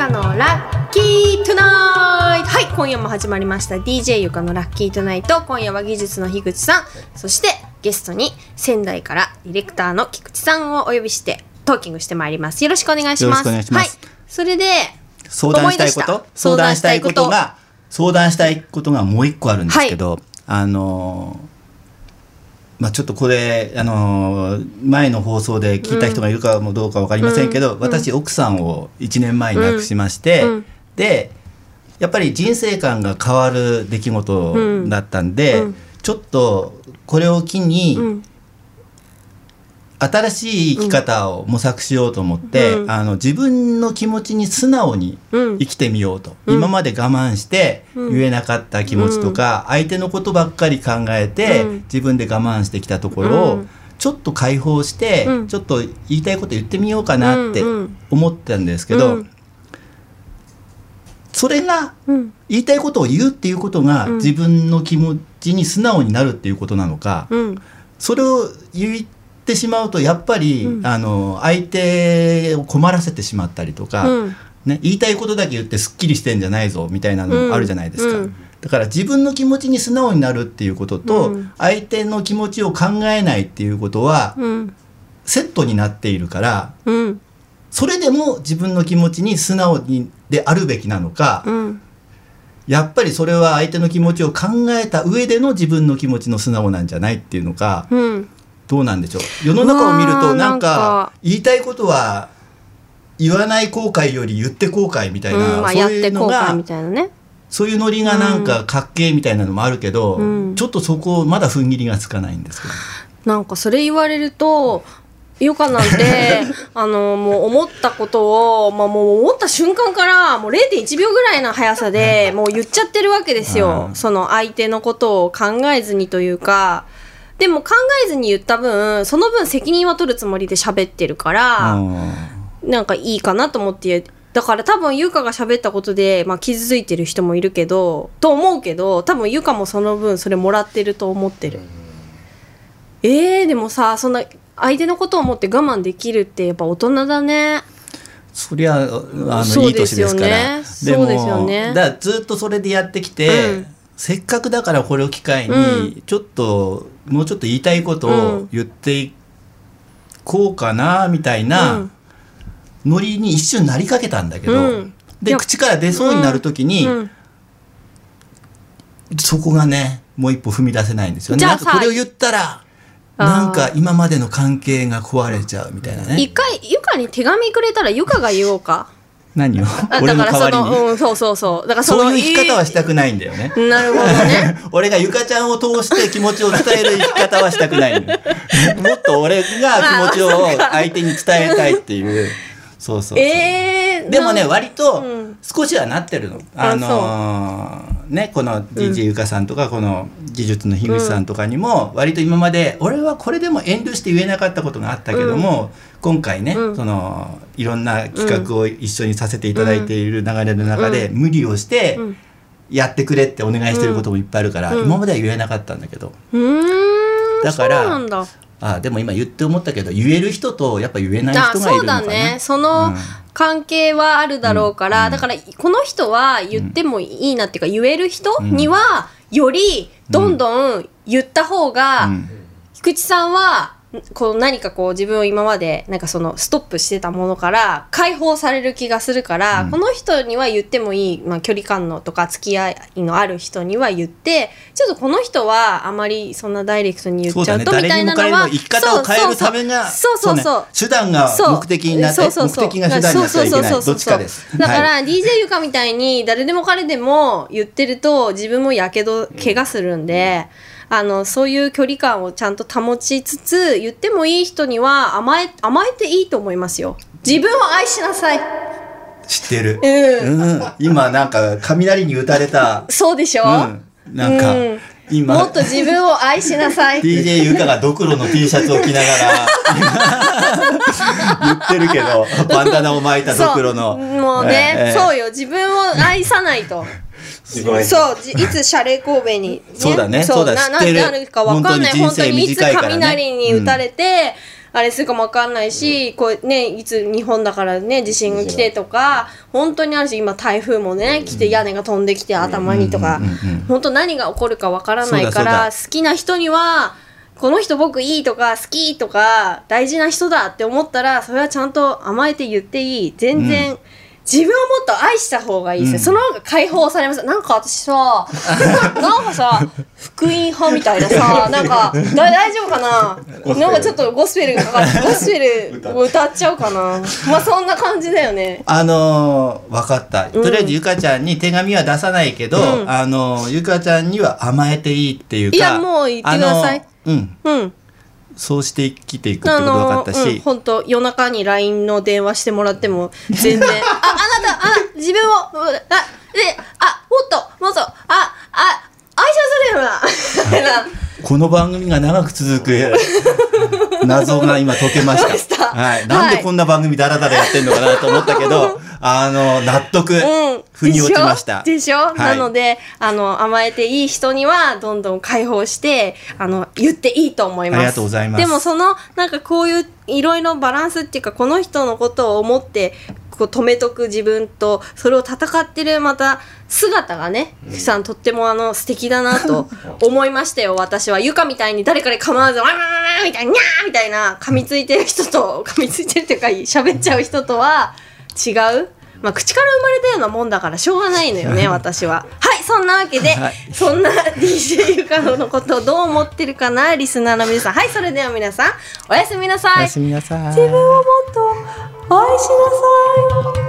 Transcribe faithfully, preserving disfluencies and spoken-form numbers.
かのラッキートゥナイト。はい、今夜も始まりました ディージェー ゆかのラッキートゥナイト。今夜は技術の樋口さん、そしてゲストに仙台からディレクターの菊池さんをお呼びしてトーキングしてまいります。よろしくお願いします。 よろしくお願いします。 はい、それで相談したいこと相談したいことが相談したいことがもう一個あるんですけど、はい、あのまあ、ちょっとこれ、あのー、前の放送で聞いた人がいるかもどうか分かりませんけど、うん、私奥さんをいちねんまえに亡くしまして、うん、でやっぱり人生観が変わる出来事だったんで、うん、ちょっとこれを機に、うん、新しい生き方を模索しようと思って、うん、あの自分の気持ちに素直に生きてみようと、うん、今まで我慢して言えなかった気持ちとか、うん、相手のことばっかり考えて、うん、自分で我慢してきたところを、うん、ちょっと解放して、うん、ちょっと言いたいこと言ってみようかなって思ったんですけど、うん、それが、うん、言いたいことを言うっていうことが、うん、自分の気持ちに素直になるっていうことなのか、うん、それを言ってしまうとやっぱり、うん、あの相手を困らせてしまったりとか、うんね、言いたいことだけ言ってすっきりしてんじゃないぞみたいなのもあるじゃないですか、うんうん、だから自分の気持ちに素直になるっていうことと、うん、相手の気持ちを考えないっていうことは、うん、セットになっているから、うん、それでも自分の気持ちに素直にであるべきなのか、うん、やっぱりそれは相手の気持ちを考えた上での自分の気持ちの素直なんじゃないっていうのか、うん、どうなんでしょう。世の中を見るとなんか言いたいことは言わない後悔より言って後悔みたいな、 うんまあ、 そういうのがみたいなね、 そういうノリがなんかかっけーみたいなのもあるけど、うん、ちょっとそこまだ踏ん切りがつかないんですけど、 なんかそれ言われるとゆかなんてあのもう思ったことを、まあ、もう思った瞬間からもう れいてんいちびょうぐらいの速さでもう言っちゃってるわけですよ。その相手のことを考えずにというか、でも考えずに言った分その分責任は取るつもりで喋ってるから、なんかいいかなと思って。だから多分ゆかが喋ったことで、まあ、傷ついてる人もいるけどと思うけど、多分ゆかもその分それもらってると思ってる。えー、でもさ、そんな相手のことを思って我慢できるってやっぱ大人だね。 そりゃあのいい年ですから。 そうですよね。 だからずっとそれでやってきて、うん、せっかくだからこれを機会にちょっと、うん、もうちょっと言いたいことを言っていこうかなみたいな、うんノリに一瞬なりかけたんだけど、うん、で口から出そうになるときに、うんうん、そこがねもう一歩踏み出せないんですよね。なんかこれを言ったらなんか今までの関係が壊れちゃうみたいなね。 一回ゆかに手紙くれたらゆかが言おうか。 何を俺の代わりに、 うん、そうそうそう。だからそのそういう生き方はしたくないんだよね。 なるほどね。 俺がゆかちゃんを通して気持ちを伝える生き方はしたくないのもっと俺が気持ちを相手に伝えたいっていうそうそうそう、えー、でもね割と少しはなってるの、うん、あのー、ねこの ディージェー ゆかさんとかこの技術の樋口さんとかにも割と今まで俺はこれでも遠慮して言えなかったことがあったけども、うん、今回ね、うん、そのいろんな企画を一緒にさせていただいている流れの中で無理をしてやってくれってお願いしてることもいっぱいあるから、うん、今までは言えなかったんだけど、うん、だからそうなんだ。あでも今言って思ったけど言える人とやっぱ言えない人がいるのかな。そうだね、 その関係はあるだろうから、うん、だからこの人は言ってもいいなっていうか、うん、言える人にはよりどんどん言った方が、うん、菊池さんはこう何かこう自分を今までなんかそのストップしてたものから解放される気がするから、うん、この人には言ってもいい、まあ、距離感のとか付き合いのある人には言ってちょっとこの人はあまりそんなダイレクトに言っちゃうとみたいなのは生き方を変えるためが手段が目的になって目的が手段になってはいけないどっちかです。 だから、はい、ディージェー ゆかみたいに誰でも彼でも言ってると自分もやけど怪我するんで、うん、あのそういう距離感をちゃんと保ちつつ言ってもいい人には甘え、甘えていいと思いますよ。自分を愛しなさい。 知ってる、うんうん、今なんか雷に打たれたそうでしょ、うん、 なんか、うん、今もっと自分を愛しなさい。 ディージェー ゆかがドクロの T シャツを着ながら言ってるけどバンダナを巻いたドクロのそうもうね、えー、そうよ自分を愛さないとそういつ謝礼神戸に、ね、 そうだねそうだ知ってるななるか分かんない本当にいつ雷に打たれて、 あれするかもわかんないし、こうね、いつ日本だからね地震が来てとか本当にあるし、今台風もね来て屋根が飛んできて頭にとか、本当何が起こるかわからないから、好きな人にはこの人僕いいとか好きとか大事な人だって思ったら、それはちゃんと甘えて言っていい。全然、うん、自分をもっと愛した方がいいですよ、うん、その方が解放されます。なんか私さなんかさ福音派みたいなさ、なんかだ大丈夫かななんかちょっとゴスペルがかかってゴスペルを歌っちゃうかなまあそんな感じだよね。 あのー、分かった。とりあえずゆかちゃんに手紙は出さないけど、うん、あのー、ゆかちゃんには甘えていいっていうか、 いやもう言ってください。 うん、うん、そうして生きていくってこと分かったし、 本当、うん、夜中に ライン の電話してもらっても全然あ、あなた、あな自分をあ、で、あ、もっともっとあ、あ、愛車するよなこの番組が長く続く謎が今解けました。はい、なんでこんな番組ダラダラやってんのかなと思ったけど、あの納得、うん、腑に落ちました。 でしょ、はい、なのであの甘えていい人にはどんどん解放してあの言っていいと思います。 ありがとうございます。 でもそのなんかこういういろいろバランスっていうか、この人のことを思ってこう止めとく自分と、それを戦ってるまた姿がね、ふさんとってもあの素敵だなと思いましたよ。私はゆかみたいに誰かに構わずわーみたいなにゃーみたいな噛みついてる人と噛みついてるっていうか喋っちゃう人とは違う、まあ、口から生まれたようなもんだからしょうがないのよね私は。はい、そんなわけで、はい、そんな ディージェー ゆかのことをどう思ってるかなリスナーの皆さん。はい、それでは皆さんおやすみなさい。 おやすみなさい。 自分をもっと愛しなさい。